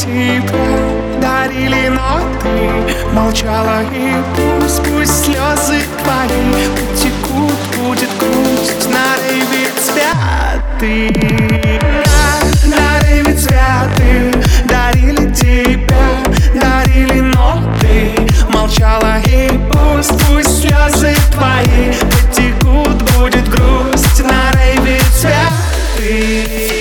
тебя, дарили, но ты молчала. И пусть слезы твои потекут, будет грусть на рейве цветы. На рейве цветы дарили тебя, дарили, но ты молчала. И пусть слезы твои потекут, будет грусть на рейве цветы.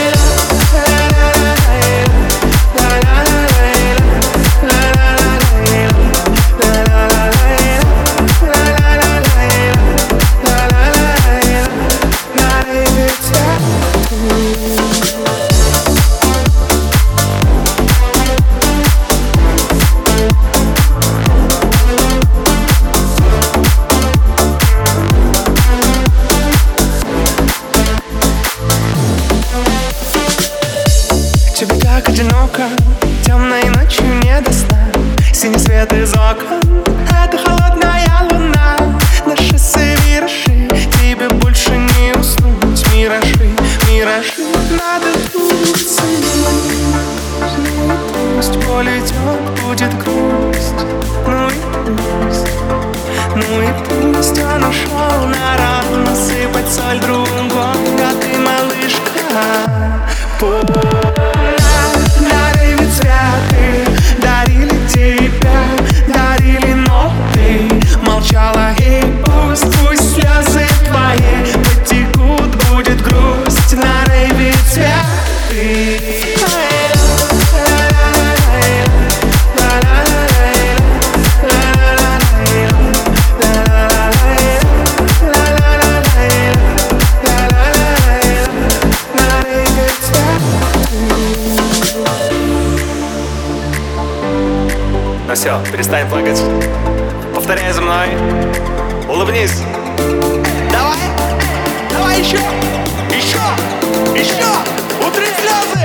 Тебе так одиноко, темной ночью не до сна. Синий свет из окон, это холодная луна. На шоссе виражи, тебе больше не уснуть. Миражи, миражи, надо дуться. Ну и пусть поле идет, будет грусть. Ну и пусть он ушел на рот насыпать соль другой, а ты, малышка, на рейве цветы дарили тебя, дарили, но ты молчала. И пусть слезы твои потекут, будет грусть на рейве цветы. Ну все, перестань плакать. Повторяй за мной. Улыбнись. Давай еще, еще, утри слезы.